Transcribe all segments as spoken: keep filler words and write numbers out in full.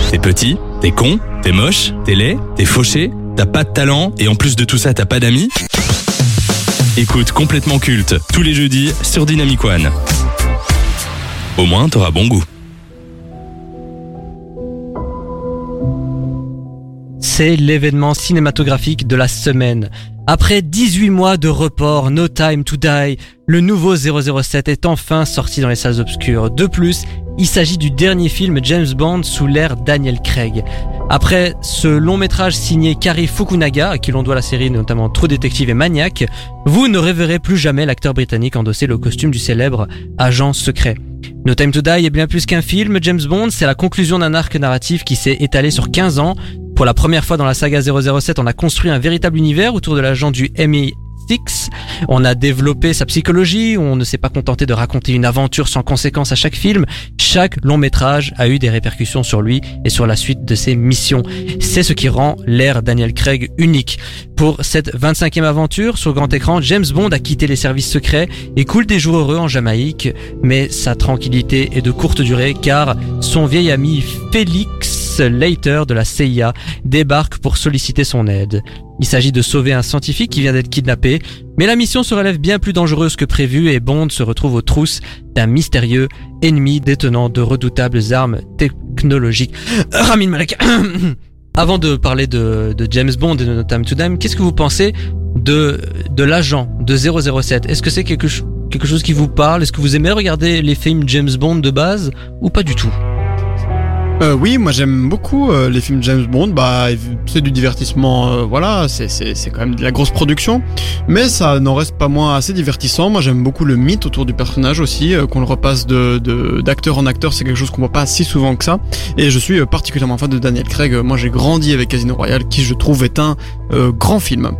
T'es petit, t'es con, t'es moche, t'es laid, t'es fauché, t'as pas de talent et en plus de tout ça t'as pas d'amis? Écoute Complètement Culte tous les jeudis sur Dynamic One. Au moins t'auras bon goût. C'est l'événement cinématographique de la semaine. Après dix-huit mois de report, No Time to Die, le nouveau zéro zéro sept est enfin sorti dans les salles obscures. De plus, il s'agit du dernier film James Bond sous l'ère Daniel Craig. Après ce long métrage signé Cary Fukunaga, à qui l'on doit la série notamment True Detective et Maniac, vous ne reverrez plus jamais l'acteur britannique endosser le costume du célèbre agent secret. No Time to Die est bien plus qu'un film. James Bond, c'est la conclusion d'un arc narratif qui s'est étalé sur quinze ans. Pour la première fois dans la saga zéro zéro sept, on a construit un véritable univers autour de l'agent du M I six. On a développé sa psychologie, on ne s'est pas contenté de raconter une aventure sans conséquence à chaque film. Chaque long métrage a eu des répercussions sur lui et sur la suite de ses missions. C'est ce qui rend l'ère Daniel Craig unique. Pour cette vingt-cinquième aventure sur grand écran, James Bond a quitté les services secrets et coule des jours heureux en Jamaïque. Mais sa tranquillité est de courte durée car son vieil ami Félix Leiter de la C I A débarque pour solliciter son aide. Il s'agit de sauver un scientifique qui vient d'être kidnappé, mais la mission se révèle bien plus dangereuse que prévu et Bond se retrouve aux trousses d'un mystérieux ennemi détenant de redoutables armes technologiques. Rami Malek. Avant de parler de, de James Bond et de No Time to Die, qu'est-ce que vous pensez de, de l'agent de zéro zéro sept? Est-ce que c'est quelque, quelque chose qui vous parle? Est-ce que vous aimez regarder les films James Bond de base ou pas du tout? Euh, oui, moi j'aime beaucoup euh, les films James Bond. Bah, c'est du divertissement, euh, voilà, c'est c'est c'est quand même de la grosse production, mais ça n'en reste pas moins assez divertissant. Moi, j'aime beaucoup le mythe autour du personnage aussi, euh, qu'on le repasse de de d'acteur en acteur. C'est quelque chose qu'on voit pas si souvent que ça. Et je suis euh, particulièrement fan de Daniel Craig. Moi, j'ai grandi avec Casino Royale, qui je trouve est un euh, grand film.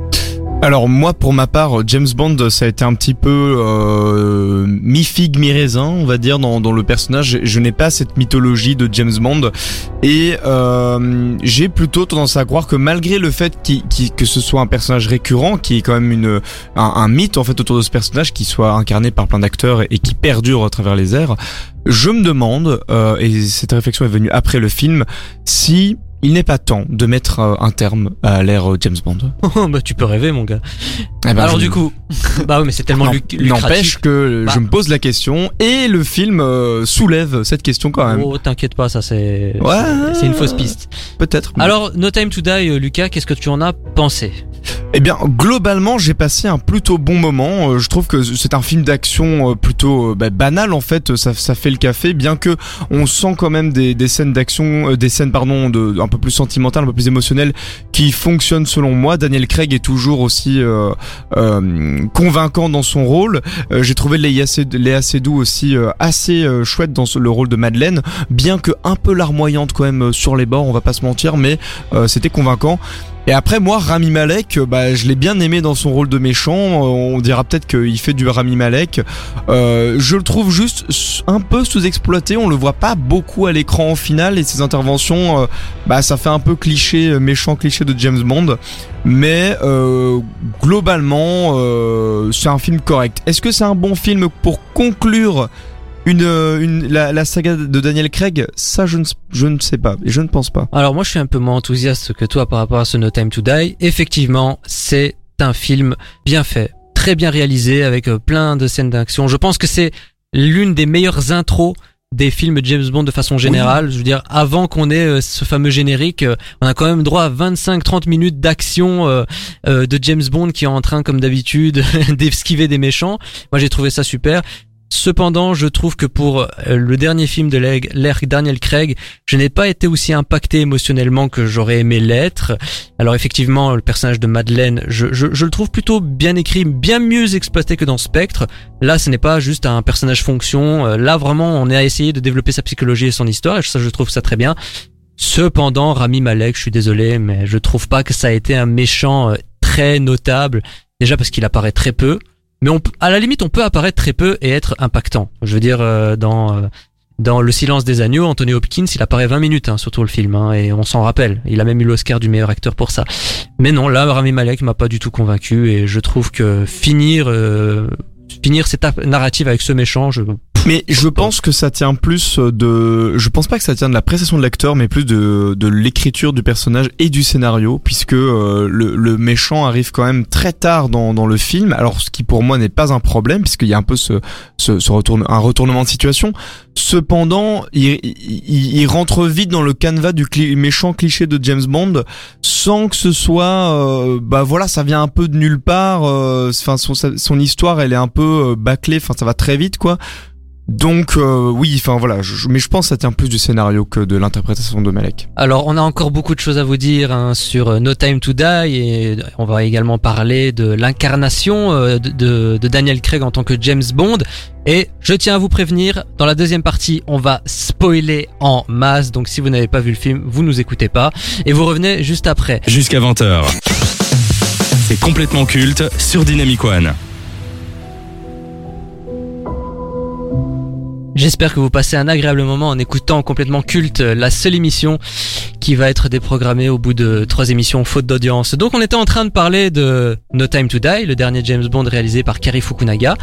Alors moi pour ma part, James Bond ça a été un petit peu euh, mi-figue mi-raisin on va dire dans, dans le personnage. Je n'ai pas cette mythologie de James Bond et euh, j'ai plutôt tendance à croire que malgré le fait qu'il, qu'il, que ce soit un personnage récurrent, qui est quand même une un, un mythe en fait autour de ce personnage, qui soit incarné par plein d'acteurs et qui perdure à travers les airs, je me demande, euh, et cette réflexion est venue après le film, si il n'est pas temps de mettre euh, un terme à l'ère euh, James Bond. Bah tu peux rêver mon gars. Eh ben, Alors je... du coup, bah oui mais c'est tellement luc- lucratif. N'empêche que bah. je me pose la question et le film euh, soulève cette question quand même. Oh t'inquiète pas, ça c'est ouais, c'est, c'est une fausse piste. Peut-être. Alors No Time to Die, Lucas, qu'est-ce que tu en as pensé? Eh bien, globalement, j'ai passé un plutôt bon moment. Euh, je trouve que c'est un film d'action euh, plutôt euh, bah, banal en fait. Ça, ça fait le café, bien que on sent quand même des, des scènes d'action, euh, des scènes pardon, de un peu plus sentimentales, un peu plus émotionnelles, qui fonctionnent selon moi. Daniel Craig est toujours aussi euh, euh, convaincant dans son rôle. Euh, j'ai trouvé Léa Seydoux, Léa Seydoux aussi euh, assez euh, chouette dans le rôle de Madeleine, bien que un peu larmoyante quand même sur les bords. On va pas se mentir, mais euh, c'était convaincant. Et après moi, Rami Malek, bah je l'ai bien aimé dans son rôle de méchant. On dira peut-être qu'il fait du Rami Malek. Euh, je le trouve juste un peu sous-exploité. On le voit pas beaucoup à l'écran au final et ses interventions, euh, bah ça fait un peu cliché, méchant cliché de James Bond. Mais euh, globalement, euh, c'est un film correct. Est-ce que c'est un bon film pour conclure Une, une la, la saga de Daniel Craig? Ça je ne, je ne sais pas et je ne pense pas. Alors moi je suis un peu moins enthousiaste que toi par rapport à ce No Time to Die. Effectivement c'est un film bien fait, très bien réalisé avec plein de scènes d'action. Je pense que c'est l'une des meilleures intros des films James Bond de façon générale. Oui. Je veux dire, avant qu'on ait ce fameux générique, on a quand même droit à vingt-cinq à trente minutes d'action euh, euh, de James Bond qui est en train comme d'habitude d'esquiver des méchants. Moi j'ai trouvé ça super. Cependant, je trouve que pour le dernier film de l'ère Daniel Craig, je n'ai pas été aussi impacté émotionnellement que j'aurais aimé l'être. Alors effectivement, le personnage de Madeleine, je, je, je le trouve plutôt bien écrit, bien mieux exploité que dans Spectre. Là, ce n'est pas juste un personnage fonction. Là, vraiment, on a essayé de développer sa psychologie et son histoire, et ça, je trouve ça très bien. Cependant, Rami Malek, je suis désolé, mais je trouve pas que ça a été un méchant très notable. Déjà parce qu'il apparaît très peu. Mais on, à la limite, on peut apparaître très peu et être impactant. Je veux dire, euh, dans euh, dans Le Silence des Agneaux, Anthony Hopkins, il apparaît vingt minutes, hein, surtout le film, hein, et on s'en rappelle. Il a même eu l'Oscar du meilleur acteur pour ça. Mais non, là, Rami Malek m'a pas du tout convaincu, et je trouve que finir euh, finir cette narrative avec ce méchant. Je... Mais je pense que ça tient plus de, je pense pas que ça tient de la prestation de l'acteur, mais plus de de l'écriture du personnage et du scénario, puisque euh, le le méchant arrive quand même très tard dans dans le film. Alors ce qui pour moi n'est pas un problème, puisqu'il y a un peu ce ce, ce retourne un retournement de situation. Cependant, il, il il rentre vite dans le canevas du cli- méchant cliché de James Bond, sans que ce soit, euh, bah voilà, ça vient un peu de nulle part. Enfin, euh, son son histoire, elle est un peu bâclée. Enfin, ça va très vite, quoi. Donc euh, oui, enfin voilà, je, mais je pense que ça tient plus du scénario que de l'interprétation de Malek. Alors on a encore beaucoup de choses à vous dire hein, sur No Time to Die et on va également parler de l'incarnation euh, de, de, de Daniel Craig en tant que James Bond. Et je tiens à vous prévenir, dans la deuxième partie, on va spoiler en masse. Donc si vous n'avez pas vu le film, vous nous écoutez pas et vous revenez juste après. Jusqu'à vingt heures. C'est complètement culte sur Dynamic One. J'espère que vous passez un agréable moment en écoutant Complètement Culte, la seule émission qui va être déprogrammée au bout de trois émissions faute d'audience. Donc on était en train de parler de No Time to Die, le dernier James Bond réalisé par Cary Fukunaga.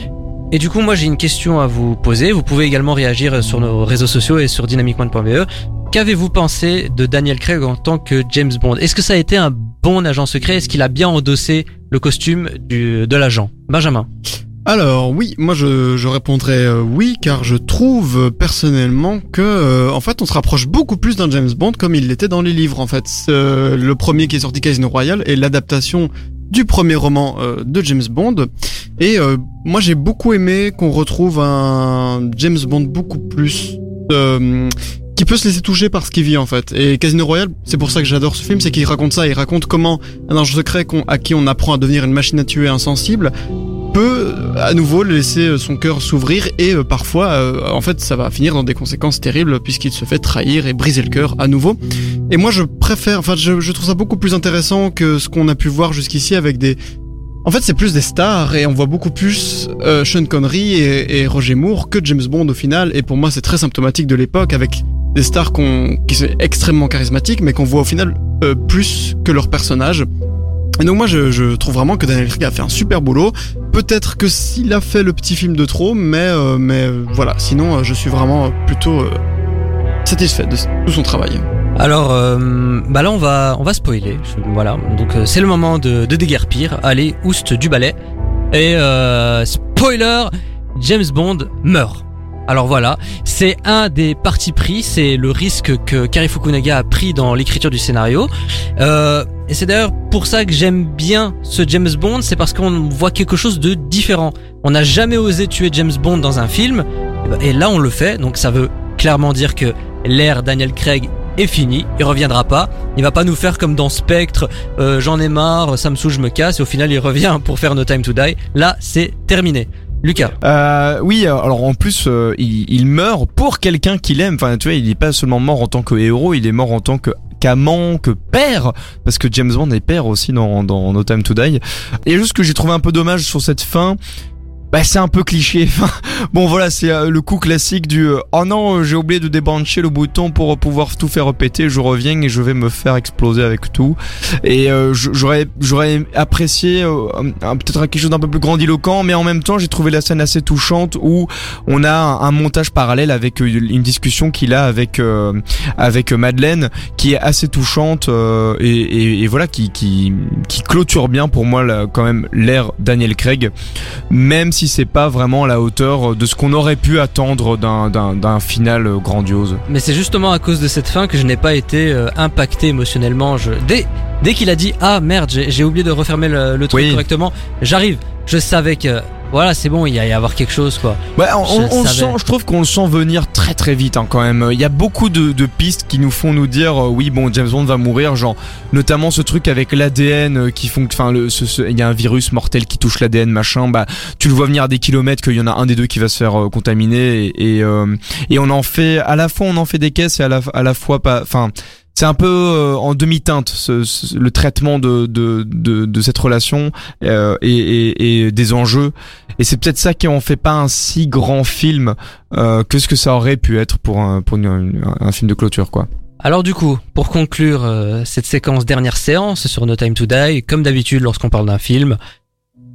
Et du coup moi j'ai une question à vous poser. Vous pouvez également réagir sur nos réseaux sociaux et sur dynamic one point b e. Qu'avez-vous pensé de Daniel Craig en tant que James Bond? Est-ce que ça a été un bon agent secret? Est-ce qu'il a bien endossé le costume du, de l'agent? Benjamin? Alors oui, moi je, je répondrais euh, oui, car je trouve euh, personnellement que euh, en fait on se rapproche beaucoup plus d'un James Bond comme il l'était dans les livres en fait. Euh, le premier qui est sorti, Casino Royale, est l'adaptation du premier roman euh, de James Bond. Et euh, moi j'ai beaucoup aimé qu'on retrouve un James Bond beaucoup plus euh, qui peut se laisser toucher par ce qu'il vit en fait. Et Casino Royale, c'est pour ça que j'adore ce film, c'est qu'il raconte ça. Il raconte comment un agent secret qu'on, à qui on apprend à devenir une machine à tuer insensible peut à nouveau laisser son cœur s'ouvrir et euh, parfois euh, en fait ça va finir dans des conséquences terribles puisqu'il se fait trahir et briser le cœur à nouveau. Et moi je préfère, enfin je, je trouve ça beaucoup plus intéressant que ce qu'on a pu voir jusqu'ici avec des... En fait c'est plus des stars et on voit beaucoup plus euh, Sean Connery et, et Roger Moore que James Bond au final, et pour moi c'est très symptomatique de l'époque avec des stars qu'on, qui sont extrêmement charismatiques mais qu'on voit au final euh, plus que leurs personnages. Et donc moi je, je trouve vraiment que Daniel Craig a fait un super boulot. Peut-être que s'il a fait le petit film de trop, mais euh, mais euh, voilà. Sinon euh, je suis vraiment plutôt euh, satisfait de tout son travail. Alors euh, bah là on va on va spoiler. Je, voilà. Donc euh, c'est le moment de, de déguerpir. Allez, oust du balai. Et euh, spoiler, James Bond meurt. Alors voilà, c'est un des partis pris, c'est le risque que Cary Fukunaga a pris dans l'écriture du scénario. Euh, et c'est d'ailleurs pour ça que j'aime bien ce James Bond, c'est parce qu'on voit quelque chose de différent. On n'a jamais osé tuer James Bond dans un film, et là on le fait, donc ça veut clairement dire que l'ère Daniel Craig est finie, il reviendra pas, il va pas nous faire comme dans Spectre, euh, j'en ai marre, ça me saoule, je me casse, et au final il revient pour faire No Time to Die. Là c'est terminé. Lucas. Euh, oui, alors en plus, euh, il, il meurt pour quelqu'un qu'il aime. Enfin, tu vois, il est pas seulement mort en tant que héros, il est mort en tant que qu'amant, que père, parce que James Bond est père aussi dans, dans No Time to Die. Et juste que j'ai trouvé un peu dommage sur cette fin. Bah c'est un peu cliché. Bon voilà, c'est euh, le coup classique du euh, oh non, euh, j'ai oublié de débrancher le bouton pour pouvoir tout faire répéter, je reviens et je vais me faire exploser avec tout. Et euh, j'aurais j'aurais apprécié euh, un, peut-être quelque chose d'un peu plus grandiloquent, mais en même temps, j'ai trouvé la scène assez touchante où on a un, un montage parallèle avec euh, une discussion qu'il a avec euh, avec Madeleine qui est assez touchante euh, et, et, et voilà qui qui qui clôture bien pour moi là, quand même l'ère Daniel Craig, même si si c'est pas vraiment à la hauteur de ce qu'on aurait pu attendre d'un, d'un, d'un final grandiose. Mais c'est justement à cause de cette fin que je n'ai pas été euh, impacté émotionnellement. Je... Dès, dès qu'il a dit « Ah merde, j'ai, j'ai oublié de refermer le, le truc oui. correctement », j'arrive, je savais que... Voilà, c'est bon, il y a y avoir quelque chose, quoi. Ouais, on, on, on le sent, je trouve qu'on le sent venir très très vite, hein, quand même. Il y a beaucoup de, de pistes qui nous font nous dire, euh, oui, bon, James Bond va mourir, genre, notamment ce truc avec l'A D N qui font, enfin, le, ce, ce, il y a un virus mortel qui touche l'A D N, machin, bah, tu le vois venir à des kilomètres qu'il y en a un des deux qui va se faire euh, contaminer et, et, euh, et on en fait, à la fois on en fait des caisses et à la, à la fois pas, enfin, c'est un peu euh, en demi-teinte ce, ce, le traitement de de de, de cette relation euh, et, et, et des enjeux, et c'est peut-être ça qui en fait pas un si grand film euh, que ce que ça aurait pu être pour un pour une, un, un film de clôture, quoi. Alors du coup, pour conclure euh, cette séquence dernière séance sur No Time to Die, comme d'habitude lorsqu'on parle d'un film,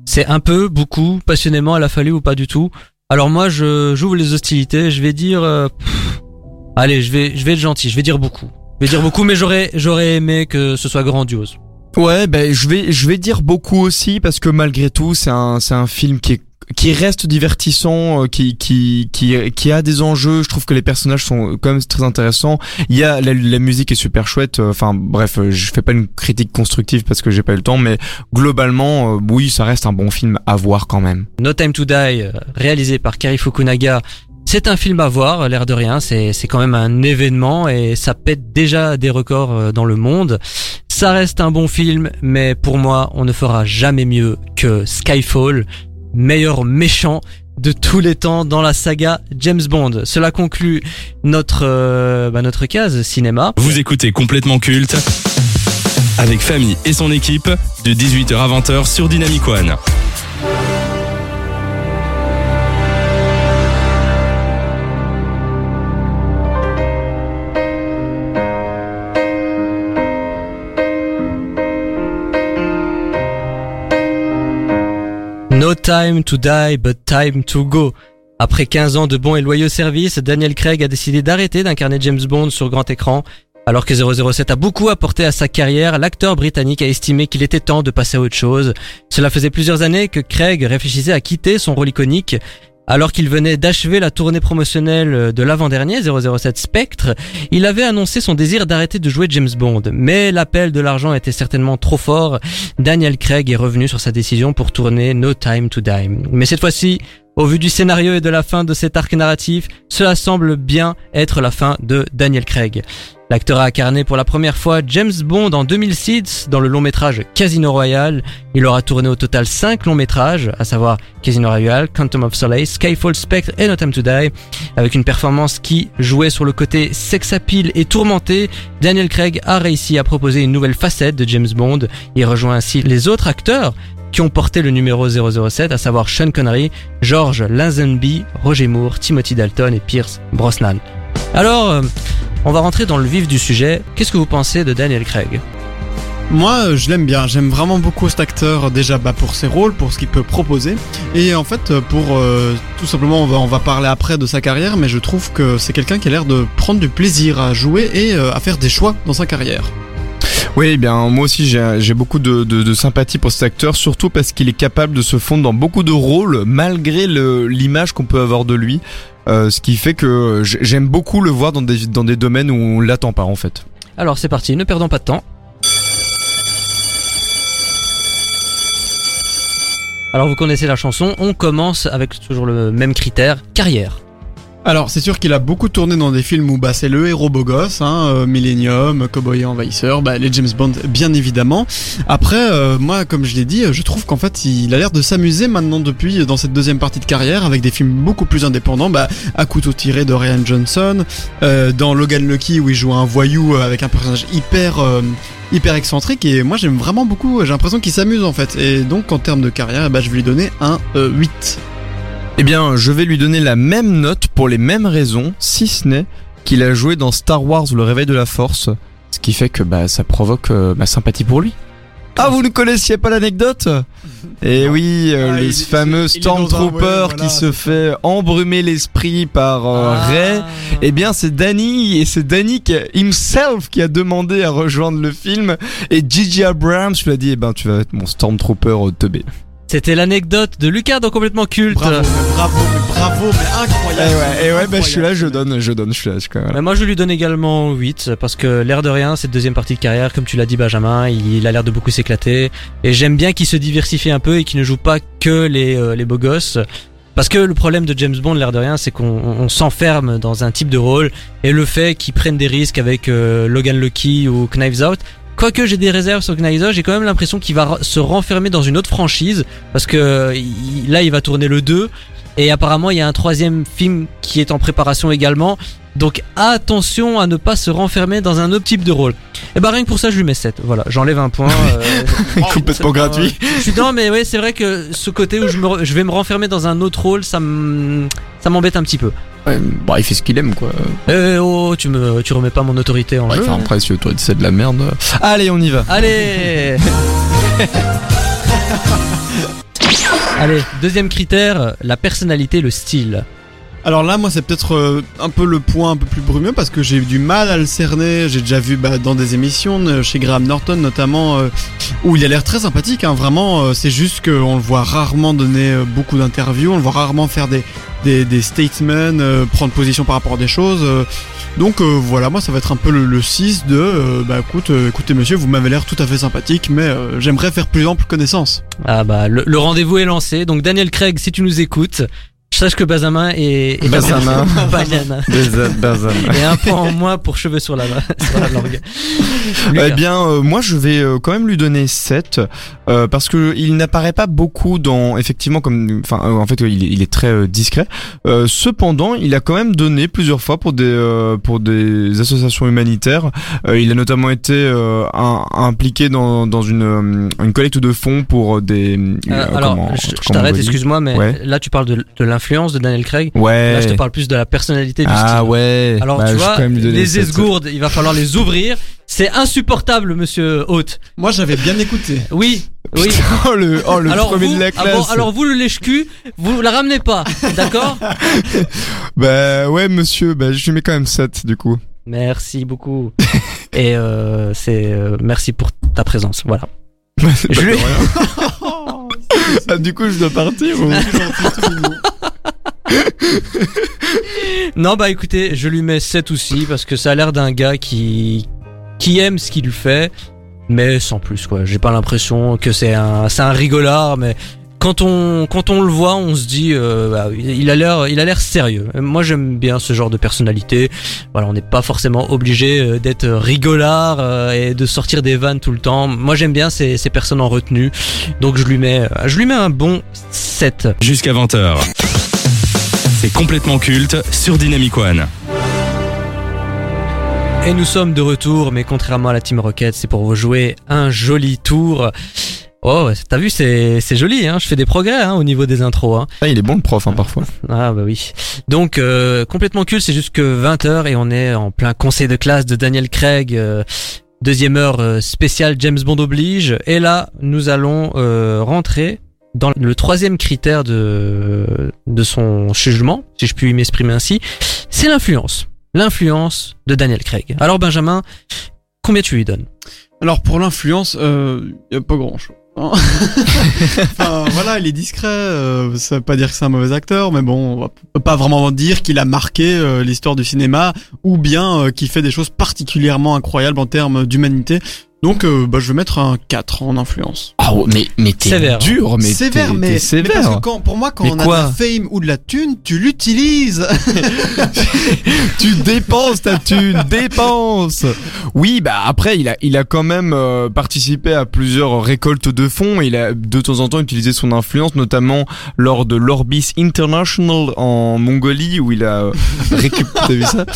C'est un peu, beaucoup, passionnément, elle a fallu ou pas du tout. Alors moi, je j'ouvre les hostilités, je vais dire... Euh, pff, allez, je vais, je vais être gentil, je vais dire beaucoup. Je vais dire beaucoup, mais j'aurais, j'aurais aimé que ce soit grandiose. Ouais, ben je vais je vais dire beaucoup aussi parce que malgré tout, c'est un c'est un film qui est qui reste divertissant, euh, qui qui qui qui a des enjeux. Je trouve que les personnages sont quand même très intéressants. Il y a la, la musique est super chouette. Enfin bref, je fais pas une critique constructive parce que j'ai pas eu le temps, mais globalement, euh, oui, ça reste un bon film à voir quand même. No Time to Die, réalisé par Cary Fukunaga. C'est un film à voir, l'air de rien, c'est c'est quand même un événement et ça pète déjà des records dans le monde. Ça reste un bon film, mais pour moi, on ne fera jamais mieux que Skyfall, meilleur méchant de tous les temps dans la saga James Bond. Cela conclut notre euh, bah notre case cinéma. Vous écoutez Complètement Culte avec Famille et son équipe de dix-huit heures à vingt heures sur Dynamic One. No time to die, but time to go. Après quinze ans de bons et loyaux services, Daniel Craig a décidé d'arrêter d'incarner James Bond sur grand écran. Alors que zéro zéro sept a beaucoup apporté à sa carrière, l'acteur britannique a estimé qu'il était temps de passer à autre chose. Cela faisait plusieurs années que Craig réfléchissait à quitter son rôle iconique. Alors qu'il venait d'achever la tournée promotionnelle de l'avant-dernier, zéro zéro sept Spectre, il avait annoncé son désir d'arrêter de jouer James Bond. Mais l'appel de l'argent était certainement trop fort. Daniel Craig est revenu sur sa décision pour tourner No Time to Die. Mais cette fois-ci, au vu du scénario et de la fin de cet arc narratif, cela semble bien être la fin de Daniel Craig. L'acteur a incarné pour la première fois James Bond en deux mille six dans le long métrage Casino Royale. Il aura tourné au total cinq longs métrages, à savoir Casino Royale, Quantum of Solace, Skyfall, Spectre et No Time to Die. Avec une performance qui jouait sur le côté sex-appeal et tourmenté, Daniel Craig a réussi à proposer une nouvelle facette de James Bond. Il rejoint ainsi les autres acteurs qui ont porté le numéro zéro zéro sept, à savoir Sean Connery, George Lazenby, Roger Moore, Timothy Dalton et Pierce Brosnan. Alors, euh, on va rentrer dans le vif du sujet. Qu'est-ce que vous pensez de Daniel Craig ? Moi, je l'aime bien. J'aime vraiment beaucoup cet acteur, déjà bah, pour ses rôles, pour ce qu'il peut proposer. Et en fait, pour euh, tout simplement, on va, on va parler après de sa carrière, mais je trouve que c'est quelqu'un qui a l'air de prendre du plaisir à jouer et euh, à faire des choix dans sa carrière. Oui, eh bien moi aussi j'ai, j'ai beaucoup de, de, de sympathie pour cet acteur, surtout parce qu'il est capable de se fondre dans beaucoup de rôles malgré le, l'image qu'on peut avoir de lui, euh, ce qui fait que j'aime beaucoup le voir dans des, dans des domaines où on l'attend pas en fait. Alors c'est parti, ne perdons pas de temps. Alors vous connaissez la chanson, on commence avec toujours le même critère, carrière. Alors c'est sûr qu'il a beaucoup tourné dans des films où bah c'est le héros beau gosse, hein, euh, Millennium, Cowboy et Envahisseur, bah les James Bond bien évidemment. Après euh, moi comme je l'ai dit, je trouve qu'en fait il a l'air de s'amuser maintenant depuis dans cette deuxième partie de carrière avec des films beaucoup plus indépendants, bah à couteau tiré de Rian Johnson, euh, dans Logan Lucky où il joue un voyou avec un personnage hyper euh, hyper excentrique et moi j'aime vraiment beaucoup, j'ai l'impression qu'il s'amuse en fait et donc en termes de carrière bah je vais lui donner un euh, huit. Eh bien, je vais lui donner la même note pour les mêmes raisons, si ce n'est qu'il a joué dans Star Wars Le Réveil de la Force, ce qui fait que bah ça provoque euh, ma sympathie pour lui. Ah, vous ne connaissiez pas l'anecdote ? Eh oui, euh, ah, le il, fameux il, Stormtrooper ouais, voilà, qui se fait embrumer l'esprit par euh, Ah. Rey. Eh bien, c'est Danny, et c'est Danny qui, himself qui a demandé à rejoindre le film. Et J J Abrams lui a dit, eh ben, tu vas être mon Stormtrooper au teubé. C'était l'anecdote de Lucas dans Complètement Culte. Bravo, mais bravo, mais bravo, mais incroyable. Et ouais, et ouais, bah, je suis là, je Incroyable. donne, je donne, je suis là, je suis là, voilà. Mais moi je lui donne également huit parce que l'air de rien, cette deuxième partie de carrière, comme tu l'as dit Benjamin, il a l'air de beaucoup s'éclater et j'aime bien qu'il se diversifie un peu et qu'il ne joue pas que les euh, les beaux gosses. Parce que le problème de James Bond, l'air de rien, c'est qu'on on s'enferme dans un type de rôle et le fait qu'il prenne des risques avec euh, Logan Lucky ou Knives Out. Quoique j'ai des réserves sur Knives Out, j'ai quand même l'impression qu'il va se renfermer dans une autre franchise parce que il, là il va tourner le deux et apparemment il y a un troisième film qui est en préparation également. Donc attention à ne pas se renfermer dans un autre type de rôle. Et bah rien que pour ça je lui mets sept. Voilà, j'enlève un point. Euh, Complètement gratuit. je suis non mais ouais, c'est vrai que ce côté où je, me, je vais me renfermer dans un autre rôle, ça me ça m'embête un petit peu. Ouais, bah, il fait ce qu'il aime, quoi. Eh oh, tu me tu remets pas mon autorité en Ouais, jeu. enfin, après, si toi, c'est de la merde. Allez, on y va. Allez. Allez, deuxième critère, la personnalité, le style. Alors là, moi, c'est peut-être euh, un peu le point un peu plus brumeux parce que j'ai eu du mal à le cerner. J'ai déjà vu bah, dans des émissions, euh, chez Graham Norton notamment, euh, où il a l'air très sympathique. Hein, vraiment, euh, c'est juste qu'on le voit rarement donner euh, beaucoup d'interviews, on le voit rarement faire des des, des statements, euh, prendre position par rapport à des choses. Euh, donc euh, voilà, moi, ça va être un peu le, le six de, euh, bah écoute, euh, écoutez monsieur, vous m'avez l'air tout à fait sympathique, mais euh, j'aimerais faire plus ample connaissance. Ah bah, le, le rendez-vous est lancé. Donc Daniel Craig, si tu nous écoutes, sache que Benjamin est, est Benjamin. Banane. Benjamin. Et un point en moins pour cheveux sur la, sur la langue. Lucas. Eh bien, euh, moi, je vais euh, quand même lui donner sept euh, parce que il n'apparaît pas beaucoup dans, effectivement, comme, enfin, euh, en fait, il est, il est très euh, discret. Euh, cependant, il a quand même donné plusieurs fois pour des euh, pour des associations humanitaires. Euh, il a notamment été euh, un, impliqué dans dans une euh, une collecte de fonds pour des. Euh, euh, alors, comment- je, je comment on t'arrête, dit excuse-moi, mais Ouais. là tu parles de, de l'influence de Daniel Craig. Ouais. Là, je te parle plus de la personnalité du Ah style. ouais. Alors Bah, tu je vais vois, quand même lui donner les sept. esgourdes, il va falloir les ouvrir. C'est insupportable, monsieur Hôte. Moi, j'avais bien écouté. Oui, oui. Oh le oh le alors, premier vous, de la ah classe. bon, alors vous le lèche-cul, vous la ramenez pas, d'accord? Bah ouais monsieur, bah je lui mets quand même sept du coup. Merci beaucoup. Et euh, c'est euh, merci pour ta présence. Voilà. Je lui- Ah, du coup je dois partir ou... Non bah écoutez, je lui mets sept aussi parce que ça a l'air d'un gars qui qui aime ce qu'il fait, mais sans plus quoi. J'ai pas l'impression que c'est un c'est un rigolard, mais quand on quand on le voit, on se dit euh, bah, il a l'air il a l'air sérieux. Moi j'aime bien ce genre de personnalité. Voilà, on n'est pas forcément obligé euh, d'être rigolard euh, et de sortir des vannes tout le temps. Moi j'aime bien ces ces personnes en retenue. Donc je lui mets euh, je lui mets un bon sept. Jusqu'à vingt heures. C'est complètement culte sur Dynamic One. Et nous sommes de retour, mais contrairement à la Team Rocket, c'est pour vous jouer un joli tour. Oh, t'as vu, c'est c'est joli, hein. Je fais des progrès hein, au niveau des intros. Hein. Ah il est bon le prof hein, parfois. Ah bah oui. Donc euh, complètement cool, c'est jusque vingt heures et on est en plein conseil de classe de Daniel Craig. Euh, deuxième heure euh, spéciale James Bond oblige. Et là, nous allons euh, rentrer dans le troisième critère de de son jugement, si je puis m'exprimer ainsi, c'est l'influence. L'influence de Daniel Craig. Alors Benjamin, combien tu lui donnes? Alors pour l'influence, euh, y a pas grand chose. Enfin voilà, il est discret, euh, ça veut pas dire que c'est un mauvais acteur, mais bon, on peut pas vraiment dire qu'il a marqué euh, l'histoire du cinéma, ou bien euh, qu'il fait des choses particulièrement incroyables en termes d'humanité. Donc euh, bah, je vais mettre un quatre en influence. Oh mais mais t'es Sévère. dur, mais sévère, t'es, mais, t'es mais sévère. parce que quand, pour moi, quand Mais on quoi a de la fame ou de la thune, tu l'utilises. Tu dépenses ta thune, dépense. Oui, bah après il a il a quand même euh, participé à plusieurs récoltes de fonds. Il a de temps en temps utilisé son influence, notamment lors de l'Orbis International en Mongolie où il a euh, récupéré. T'as vu ça?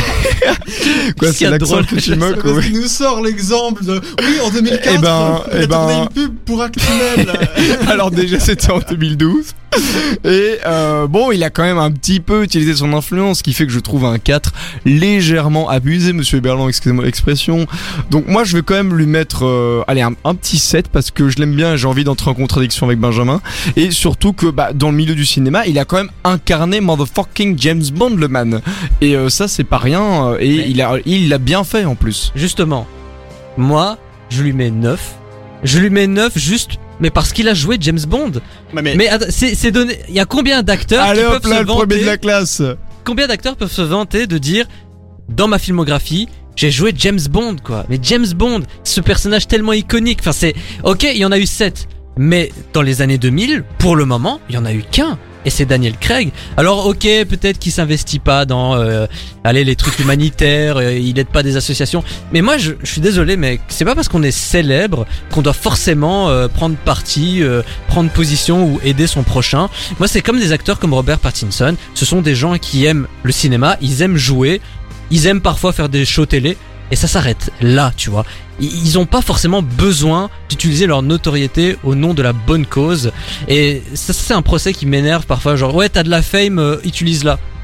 Quoi, Ce qu'il y c'est a de l'accent drôle, C'est que tu moques, parce oui. qu'il nous sort l'exemple de, oui, en deux mille quatre, Eh ben, il a eh tourné ben- une pub pour Actimel. Alors déjà c'était en deux mille douze et euh, bon il a quand même un petit peu utilisé son influence, ce qui fait que je trouve un quatre légèrement abusé, monsieur Berland, excusez-moi l'expression. Donc moi je vais quand même lui mettre euh, allez un, un petit sept parce que je l'aime bien et j'ai envie d'entrer en contradiction avec Benjamin, et surtout que bah dans le milieu du cinéma il a quand même incarné motherfucking James Bond le man, et euh, ça c'est pas rien, euh, et Mais- il a il l'a bien fait en plus. Justement, moi, je lui mets neuf. Je lui mets neuf juste, mais parce qu'il a joué James Bond. mais, Mais att- c'est c'est donné. Il y a combien d'acteurs qui Allez hop peuvent là se le premier de vanter la classe. Combien d'acteurs peuvent se vanter de dire dans ma filmographie j'ai joué James Bond quoi. Mais James Bond, ce personnage tellement iconique. Enfin c'est ok, il y en a eu sept, mais dans les années deux mille, pour le moment, il y en a eu qu'un. Et c'est Daniel Craig. Alors ok, peut-être qu'il s'investit pas dans euh, allez les trucs humanitaires, euh, il aide pas des associations. Mais moi je, je suis désolé, mais c'est pas parce qu'on est célèbre qu'on doit forcément euh, prendre parti, euh, prendre position ou aider son prochain. Moi c'est comme des acteurs comme Robert Pattinson. Ce sont des gens qui aiment le cinéma, ils aiment jouer, ils aiment parfois faire des shows télé. Et ça s'arrête là, tu vois. Ils ont pas forcément besoin d'utiliser leur notoriété au nom de la bonne cause. Et ça, c'est un procès qui m'énerve parfois. Genre, ouais, t'as de la fame, euh, utilise-la.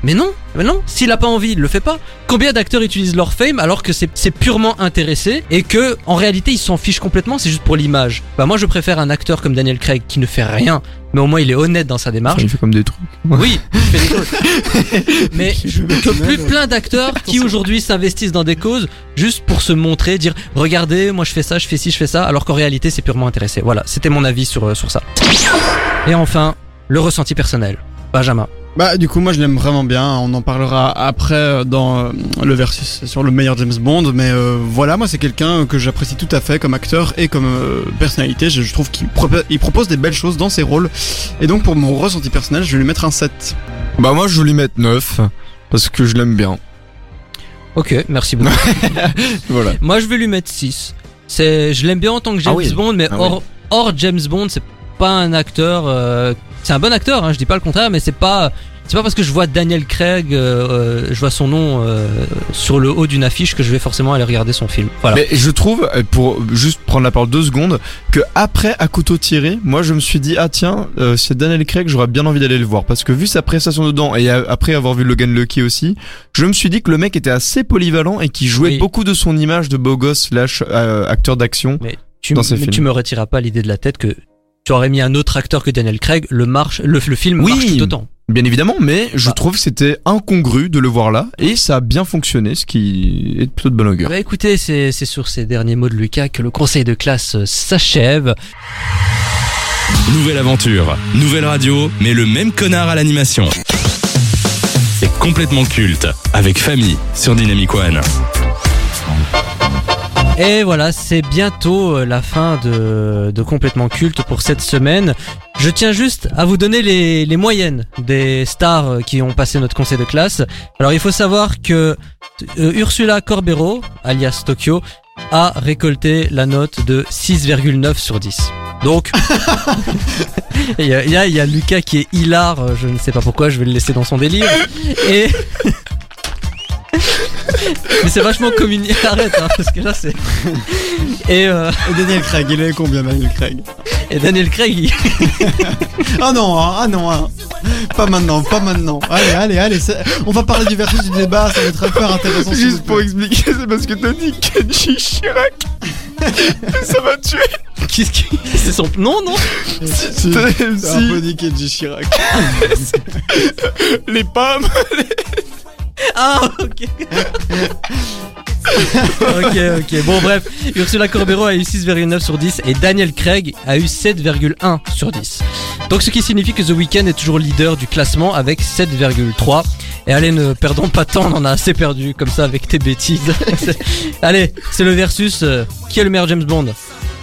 Mais non, mais non, s'il a pas envie, il le fait pas. Combien d'acteurs utilisent leur fame alors que c'est, c'est purement intéressé et que en réalité ils s'en fichent complètement, c'est juste pour l'image. Bah moi je préfère un acteur comme Daniel Craig qui ne fait rien, mais au moins il est honnête dans sa démarche. Il fait comme des trucs. Oui, il fait des choses. Mais que plus plein d'acteurs qui aujourd'hui s'investissent dans des causes juste pour se montrer, dire regardez, moi je fais ça, je fais ci, je fais ça, alors qu'en réalité c'est purement intéressé. Voilà, c'était mon avis sur, sur ça. Et enfin, le ressenti personnel. Benjamin. Bah du coup moi je l'aime vraiment bien, on en parlera après dans euh, le versus sur le meilleur James Bond, mais euh, voilà, moi c'est quelqu'un que j'apprécie tout à fait comme acteur et comme euh, personnalité, je, je trouve qu'il pro- il propose des belles choses dans ses rôles, et donc pour mon ressenti personnel je vais lui mettre un sept. Bah moi je vais lui mettre neuf, parce que je l'aime bien. Ok, merci beaucoup. Voilà. Moi je vais lui mettre six. C'est, je l'aime bien en tant que James Ah oui. Bond, mais Ah hors, oui. hors James Bond, c'est pas un acteur... Euh, c'est un bon acteur, hein, je dis pas le contraire, mais c'est pas... C'est pas parce que je vois Daniel Craig, euh, euh, je vois son nom euh, sur le haut d'une affiche que je vais forcément aller regarder son film. Voilà. Mais je trouve, pour juste prendre la parole deux secondes, que après À couteau tiré, moi je me suis dit ah tiens, euh, c'est Daniel Craig, j'aurais bien envie d'aller le voir parce que vu sa prestation dedans et a- après avoir vu Logan Lucky aussi, je me suis dit que le mec était assez polyvalent et qu'il jouait Oui. beaucoup de son image de beau gosse slash euh, acteur d'action. Mais tu, dans m- ses mais films. tu me retireras pas l'idée de la tête que tu aurais mis un autre acteur que Daniel Craig, le marche, le, le film Oui. marche tout autant. Bien évidemment, mais je Bah. trouve que c'était incongru de le voir là et ça a bien fonctionné, ce qui est plutôt de bonne augure. Bah écoutez, c'est, c'est sur ces derniers mots de Lucas que le conseil de classe euh, s'achève. Nouvelle aventure, nouvelle radio, mais le même connard à l'animation. C'est complètement culte, avec Famille sur Dynamic One. Et voilà, c'est bientôt euh, la fin de, de Complètement Culte pour cette semaine. Je tiens juste à vous donner les, les moyennes des stars euh, qui ont passé notre conseil de classe. Alors il faut savoir que euh, Ursula Corbero, alias Tokyo, a récolté la note de six virgule neuf sur dix. Donc, il y a, il y, a, il y a Lucas qui est hilar, euh, je ne sais pas pourquoi, je vais le laisser dans son délire. Et... Mais c'est vachement communiqué, arrête hein, parce que là c'est... Et, euh, Et Daniel Craig, il est combien Daniel Craig? et Daniel Craig, il... Ah non, hein, ah non, hein. Pas maintenant, pas maintenant. Allez, allez, allez, c'est- on va parler du versus du débat, ça va être hyper intéressant. s'il vous Juste pour plaît. expliquer, c'est parce que t'as dit Kenji Chirac. Ça m'a tué. Qu'est-ce qui... C'est son... Non, non. Si, T'as- c'est un si. peu niqué de Chirac. Les pommes. Ah, ok. Ok, ok. Bon, bref. Ursula Corbero a eu six virgule neuf sur dix et Daniel Craig a eu sept virgule un sur dix. Donc, ce qui signifie que The Weeknd est toujours leader du classement avec sept virgule trois. Et allez, ne perdons pas de temps, on en a assez perdu comme ça avec tes bêtises. Allez, c'est le versus. euh, qui est le meilleur James Bond?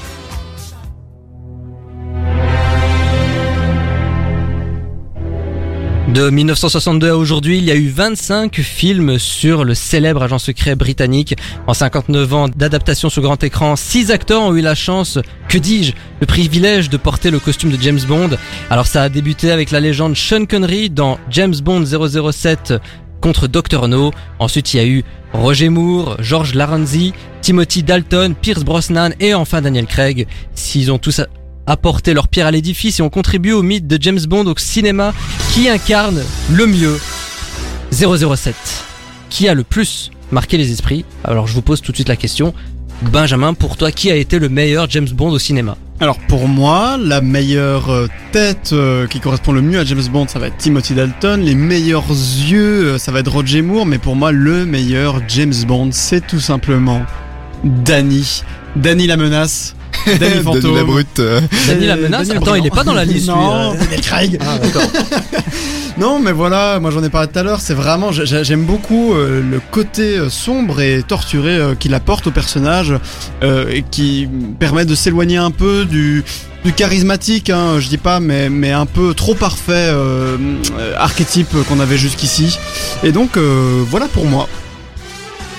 De dix-neuf cent soixante-deux à aujourd'hui, il y a eu vingt-cinq films sur le célèbre agent secret britannique. En cinquante-neuf ans d'adaptation sur grand écran, six acteurs ont eu la chance, que dis-je, le privilège de porter le costume de James Bond. Alors ça a débuté avec la légende Sean Connery dans James Bond zéro zéro sept contre docteur No. Ensuite il y a eu Roger Moore, George Lazenby, Timothy Dalton, Pierce Brosnan et enfin Daniel Craig. S'ils ont tous apporté leur pierre à l'édifice et ont contribué au mythe de James Bond au cinéma, qui incarne le mieux zéro zéro sept? Qui a le plus marqué les esprits? Alors je vous pose tout de suite la question. Benjamin, pour toi, qui a été le meilleur James Bond au cinéma? Alors pour moi, la meilleure euh, tête euh, qui correspond le mieux à James Bond, ça va être Timothy Dalton. Les meilleurs yeux, euh, ça va être Roger Moore. Mais pour moi, le meilleur James Bond, c'est tout simplement Danny. Danny la menace. Danny Fantôme. Denis la brute. euh. Danny la menace? Danny le Attends, brillant. il est pas dans la liste, lui, Non, euh. Daniel Craig. Ah d'accord. Non, mais voilà, moi j'en ai parlé tout à l'heure, c'est vraiment, j'ai- j'aime beaucoup euh, le côté euh, sombre et torturé euh, qu'il apporte au personnage, euh, et qui permet de s'éloigner un peu du, du charismatique, hein, je dis pas, mais, mais un peu trop parfait euh, euh, archétype qu'on avait jusqu'ici. Et donc, euh, voilà pour moi.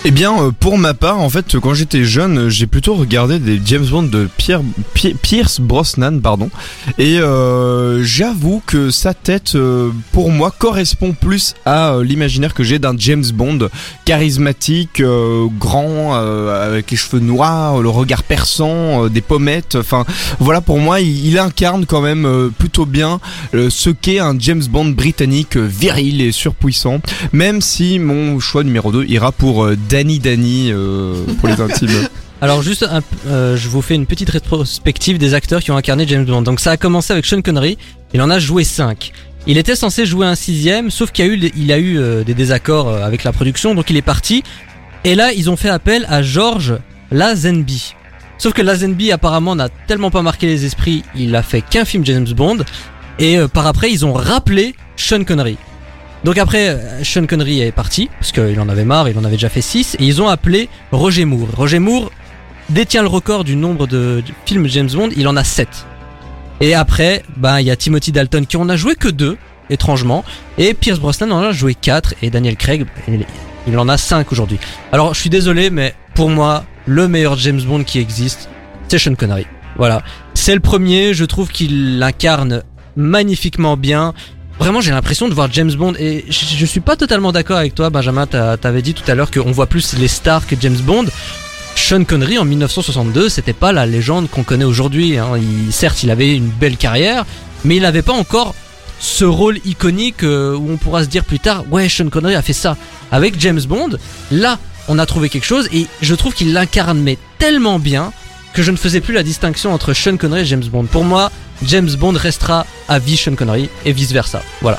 Eh bien, euh, pour ma part, en fait, quand j'étais jeune, j'ai plutôt regardé des James Bond de Pierre, Pi- Pierce Brosnan, pardon. Et euh, j'avoue que sa tête, euh, pour moi, correspond plus à euh, l'imaginaire que j'ai d'un James Bond charismatique, euh, grand, euh, avec les cheveux noirs, le regard perçant, euh, des pommettes. Enfin, voilà, pour moi, il, il incarne quand même euh, plutôt bien euh, ce qu'est un James Bond britannique euh, viril et surpuissant. Même si mon choix numéro deux ira pour euh, Danny Danny euh, pour les intimes. Alors juste, un, euh, je vous fais une petite rétrospective des acteurs qui ont incarné James Bond. Donc ça a commencé avec Sean Connery, il en a joué cinq. Il était censé jouer un sixième, sauf qu'il y a eu, il a eu euh, des désaccords avec la production, donc il est parti. Et là, ils ont fait appel à George Lazenby. Sauf que Lazenby apparemment n'a tellement pas marqué les esprits, il a fait qu'un film James Bond. Et euh, par après, ils ont rappelé Sean Connery. Donc après, Sean Connery est parti, parce qu'il en avait marre, il en avait déjà fait six, et ils ont appelé Roger Moore. Roger Moore détient le record du nombre de films James Bond, il en a sept. Et après, ben, il y a Timothy Dalton qui en a joué que deux, étrangement, et Pierce Brosnan en a joué quatre, et Daniel Craig, il en a cinq aujourd'hui. Alors, je suis désolé, mais pour moi, le meilleur James Bond qui existe, c'est Sean Connery. Voilà. C'est le premier, je trouve qu'il l'incarne magnifiquement bien. Vraiment, j'ai l'impression de voir James Bond, et je, je suis pas totalement d'accord avec toi, Benjamin. T'as, t'avais dit tout à l'heure qu'on voit plus les stars que James Bond. Sean Connery en dix-neuf cent soixante-deux, c'était pas la légende qu'on connaît aujourd'hui. Hein. Il, certes, il avait une belle carrière, mais il n'avait pas encore ce rôle iconique euh, où on pourra se dire plus tard, ouais, Sean Connery a fait ça. Avec James Bond, là, on a trouvé quelque chose, et je trouve qu'il l'incarne mais tellement bien que je ne faisais plus la distinction entre Sean Connery et James Bond. Pour moi, James Bond restera à vie Sean Connery et vice versa. Voilà.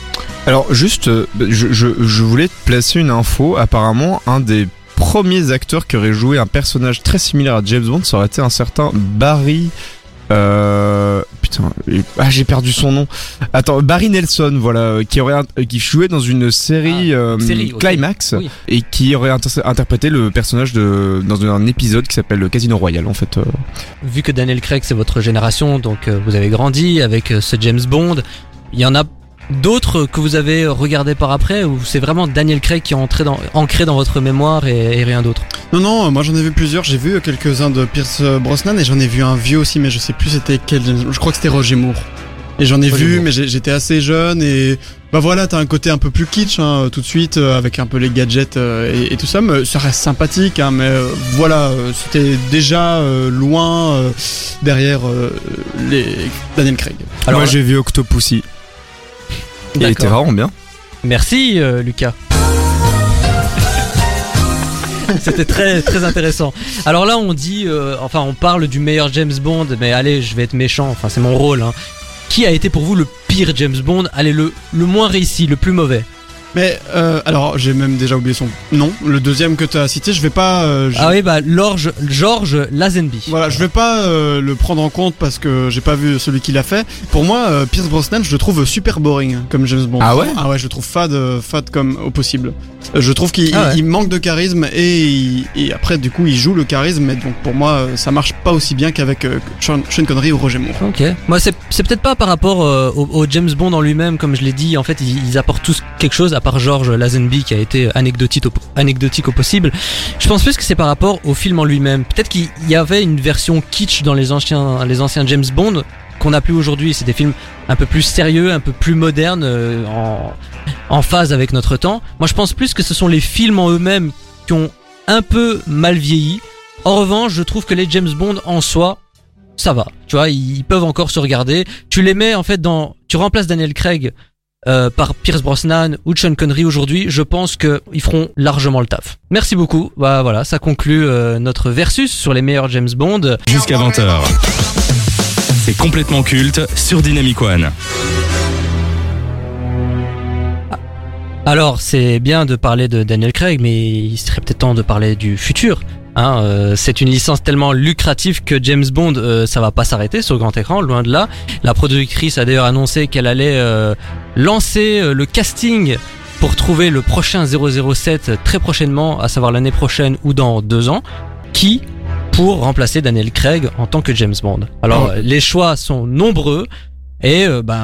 Alors juste, je, je, je voulais te placer une info. Apparemment, un des premiers acteurs qui aurait joué un personnage très similaire à James Bond, ça aurait été un certain Barry... Euh, putain, ah, j'ai perdu son nom. Attends, Barry Nelson, voilà, qui aurait qui jouait dans une série, ah, euh, série Climax, okay. Oui. Et qui aurait inter- interprété le personnage de dans un épisode qui s'appelle le Casino Royale, en fait. Vu que Daniel Craig c'est votre génération, donc euh, vous avez grandi avec euh, ce James Bond, il y en a d'autres que vous avez regardé par après, ou c'est vraiment Daniel Craig qui est entré dans, ancré dans votre mémoire et, et rien d'autre? Non, non, moi j'en ai vu plusieurs. J'ai vu quelques-uns de Pierce Brosnan et j'en ai vu un vieux aussi, mais je sais plus c'était quel. Je crois que c'était Roger Moore. Et j'en ai Roger vu, Moore. Mais j'étais assez jeune et bah voilà, t'as un côté un peu plus kitsch hein, tout de suite avec un peu les gadgets euh, et, et tout ça. Mais ça reste sympathique, hein, mais euh, voilà, c'était déjà euh, loin euh, derrière euh, les Daniel Craig. Alors moi là, j'ai vu Octopussy. Il était vraiment bien. Merci euh, Lucas. C'était très très intéressant. Alors là on dit, euh, enfin on parle du meilleur James Bond, mais allez, je vais être méchant, enfin c'est mon rôle. Hein. Qui a été pour vous le pire James Bond? Allez, le, le moins réussi, le plus mauvais. Mais euh, alors j'ai même déjà oublié son nom. Le deuxième que tu as cité, je vais pas. Euh, je... Ah oui bah George George Lazenby. Voilà, je vais pas euh, le prendre en compte parce que j'ai pas vu celui qui l'a fait. Pour moi, euh, Pierce Brosnan, je le trouve super boring comme James Bond. Ah ouais. Ah ouais, je le trouve fade, fade comme au possible. Euh, je trouve qu'il ah ouais. il, il manque de charisme et, il, et après du coup il joue le charisme. Mais donc pour moi, ça marche pas aussi bien qu'avec euh, Sean, Sean Connery ou Roger Moore. Ok. Moi c'est c'est peut-être pas par rapport euh, au, au James Bond en lui-même, comme je l'ai dit. En fait, ils, ils apportent tous quelque chose à part George Lazenby qui a été anecdotique au, anecdotique au possible. Je pense plus que c'est par rapport au film en lui-même. Peut-être qu'il y avait une version kitsch dans les anciens, les anciens James Bond qu'on n'a plus aujourd'hui. C'est des films un peu plus sérieux, un peu plus modernes, euh, en, en phase avec notre temps. Moi je pense plus que ce sont les films en eux-mêmes qui ont un peu mal vieilli. En revanche, je trouve que les James Bond en soi, ça va. Tu vois, ils peuvent encore se regarder. Tu les mets en fait dans... Tu remplaces Daniel Craig Euh, par Pierce Brosnan ou Sean Connery aujourd'hui, je pense qu'ils feront largement le taf. Merci beaucoup. Bah voilà, ça conclut euh, notre versus sur les meilleurs James Bond. Jusqu'à vingt heures. C'est complètement culte sur Dynamic One. Alors, c'est bien de parler de Daniel Craig, mais il serait peut-être temps de parler du futur. Hein, euh, c'est une licence tellement lucrative que James Bond, euh, ça va pas s'arrêter sur grand écran, loin de là. La productrice a d'ailleurs annoncé qu'elle allait euh, lancer euh, le casting pour trouver le prochain zéro zéro sept très prochainement, à savoir l'année prochaine ou dans deux ans, qui pour remplacer Daniel Craig en tant que James Bond. Alors, oh. Les choix sont nombreux. Et euh, ben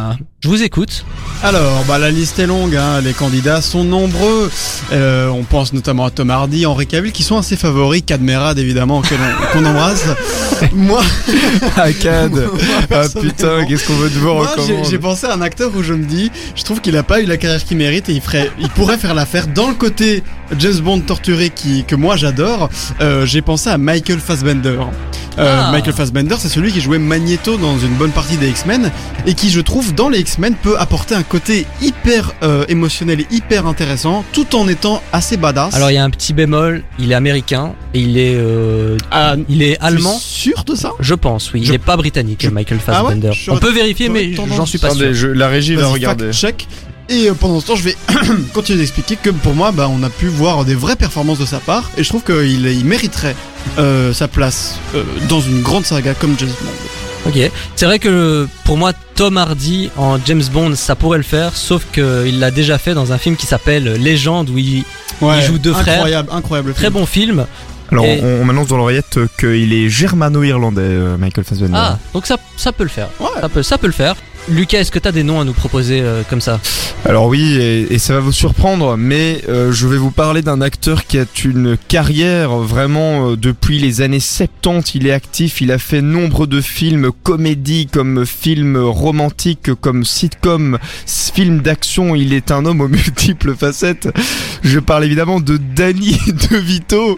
Je vous écoute. Alors, bah la liste est longue, hein. Les candidats sont nombreux. Euh, on pense notamment à Tom Hardy, Henry Cavill, qui sont assez favoris. Cadmerade, évidemment, qu'on, qu'on embrasse. Moi, Ah, Cad. Ah putain, qu'est-ce qu'on veut de vous moi j'ai, recommander. j'ai pensé à un acteur où je me dis, je trouve qu'il a pas eu la carrière qu'il mérite et il ferait, il pourrait faire l'affaire dans le côté James Bond torturé qui que moi j'adore. Euh, j'ai pensé à Michael Fassbender. Euh, Ah. Michael Fassbender, c'est celui qui jouait Magneto dans une bonne partie des X-Men et qui, je trouve, dans les X-Men peut apporter un côté hyper euh, émotionnel et hyper intéressant, tout en étant assez badass. Alors il y a un petit bémol, il est américain et il est, euh, Ah, il est allemand. tu es sûr de ça? Je pense, oui. Il Je- n'est pas britannique, je- Michael Ah ouais Fassbender. J'aurais- On peut vérifier, j'aurais mais tendance- j'en suis pas sûr. Attendez, je- la régie va Vas-y, regarder. fact-check. Et euh, pendant ce temps, je vais continuer d'expliquer que pour moi, bah, on a pu voir des vraies performances de sa part, et je trouve qu'il il mériterait euh, sa place euh, dans une grande saga comme James Bond. Ok. C'est vrai que pour moi, Tom Hardy en James Bond, ça pourrait le faire, sauf qu'il l'a déjà fait dans un film qui s'appelle Légende, où il Ouais, joue deux frères. incroyable, incroyable. très film. bon film. Alors, Et- on, on m'annonce dans l'oreillette qu'il est germano-irlandais, euh, Michael Fassbender. Ah, donc ça, ça peut le faire. Ouais. Ça peut, ça peut le faire. Lucas, est-ce que t'as des noms à nous proposer euh, comme ça? Alors oui, et, et ça va vous surprendre, mais euh, je vais vous parler d'un acteur qui a une carrière vraiment euh, depuis les années soixante-dix. Il est actif, il a fait nombre de films, comédies comme films romantiques, comme sitcom, films d'action. Il est un homme aux multiples facettes. Je parle évidemment de Danny DeVito.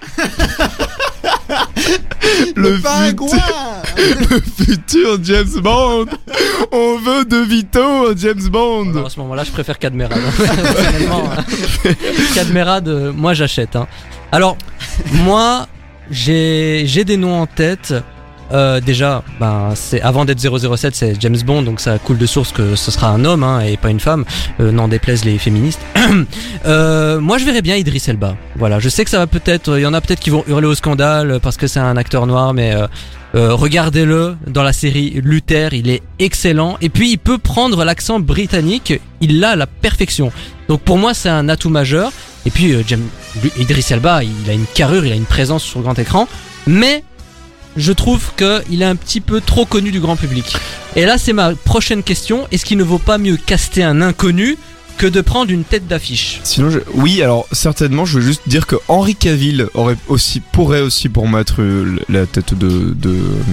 Le, pingouin. futur, le futur James Bond. On veut DeVito en James Bond. Alors, à ce moment-là, je préfère Cadmerade. Personnellement, hein. Cadmerade, euh, moi j'achète. Hein. Alors, moi, j'ai j'ai des noms en tête. Euh, déjà, ben, c'est avant d'être zéro zéro sept, c'est James Bond, donc ça coule de source que ce sera un homme hein, et pas une femme. Euh, n'en déplaise les féministes. euh, moi, je verrais bien Idris Elba. Voilà, je sais que ça va peut-être, il y en a peut-être qui vont hurler au scandale parce que c'est un acteur noir, mais euh, euh, regardez-le dans la série Luther, il est excellent. Et puis, il peut prendre l'accent britannique, il l'a à la perfection. Donc pour moi, c'est un atout majeur. Et puis, euh, James, Idris Elba, il a une carrure, il a une présence sur le grand écran, mais je trouve qu'il est un petit peu trop connu du grand public. Et là, c'est ma prochaine question. Est-ce qu'il ne vaut pas mieux caster un inconnu que de prendre une tête d'affiche? Sinon, je... oui, alors certainement, je veux juste dire que Henry Cavill aurait aussi, pourrait aussi pour moi être euh, la tête de, de,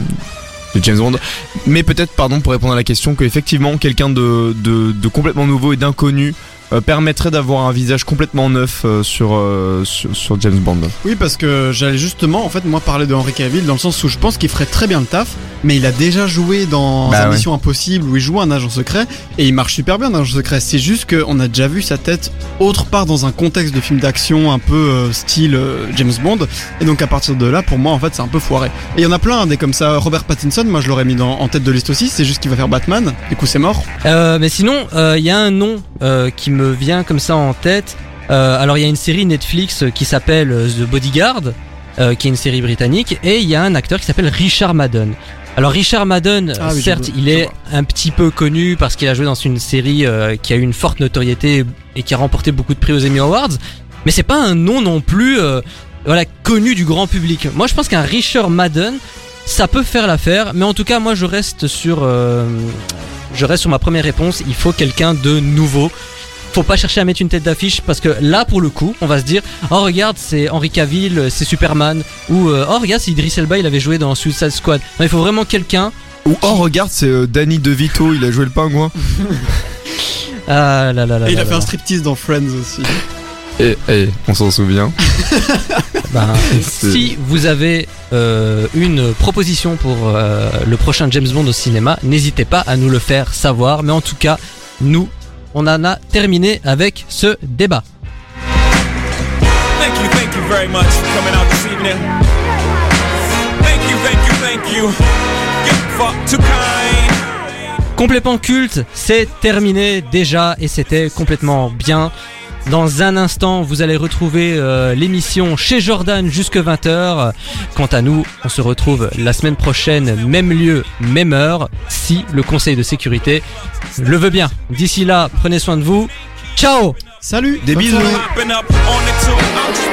de James Bond. Mais peut-être, pardon, pour répondre à la question, qu'effectivement, quelqu'un de, de, de complètement nouveau et d'inconnu euh, permettrait d'avoir un visage complètement neuf euh, sur, euh, sur, sur James Bond. Oui, parce que j'allais justement, en fait, moi parler de Henry Cavill dans le sens où je pense qu'il ferait très bien le taf, mais il a déjà joué dans Bah un ouais. Mission Impossible où il joue un agent secret et il marche super bien dans agent secret. C'est juste qu'on a déjà vu sa tête autre part dans un contexte de film d'action un peu euh, style euh, James Bond, et donc à partir de là, pour moi, en fait, c'est un peu foiré. Et il y en a plein, hein, des comme ça. Robert Pattinson, moi je l'aurais mis dans, en tête de liste aussi, c'est juste qu'il va faire Batman, du coup c'est mort. Euh, mais sinon, il euh, y a un nom euh, qui me vient comme ça en tête. Euh, alors, il y a une série Netflix qui s'appelle The Bodyguard, euh, qui est une série britannique, et il y a un acteur qui s'appelle Richard Madden. Alors Richard Madden, Ah oui, certes, je vois, il je est vois. un petit peu connu parce qu'il a joué dans une série euh, qui a eu une forte notoriété et qui a remporté beaucoup de prix aux Emmy Awards, mais c'est pas un nom non plus euh, voilà, connu du grand public. Moi, je pense qu'un Richard Madden, ça peut faire l'affaire, mais en tout cas, moi, je reste sur, euh, je reste sur ma première réponse. Il faut quelqu'un de nouveau. Faut pas chercher à mettre une tête d'affiche parce que là, pour le coup, on va se dire, oh regarde, c'est Henry Cavill, c'est Superman, ou euh, oh regarde, c'est Idris Elba, il avait joué dans Suicide Squad. Non, il faut vraiment quelqu'un. Ou oh regarde, c'est euh, Danny DeVito, il a joué le pingouin. Ah là là là. Et il là a fait là. un striptease dans Friends aussi. Et, et on s'en souvient. Ben, C'est- si vous avez euh, une proposition pour euh, le prochain James Bond au cinéma, n'hésitez pas à nous le faire savoir. Mais en tout cas, nous, on en a terminé avec ce débat. Thank you, thank you very much for coming out this evening. Thank you, thank you, thank you. You're far too kind. Complètement culte, c'est terminé déjà et c'était complètement bien. Dans un instant, vous allez retrouver euh, l'émission chez Jordan jusque vingt heures. Quant à nous, on se retrouve la semaine prochaine, même lieu, même heure, si le conseil de sécurité le veut bien. D'ici là, prenez soin de vous. Ciao! Salut, Des bonne bisous. soirée. Hopping up on the two.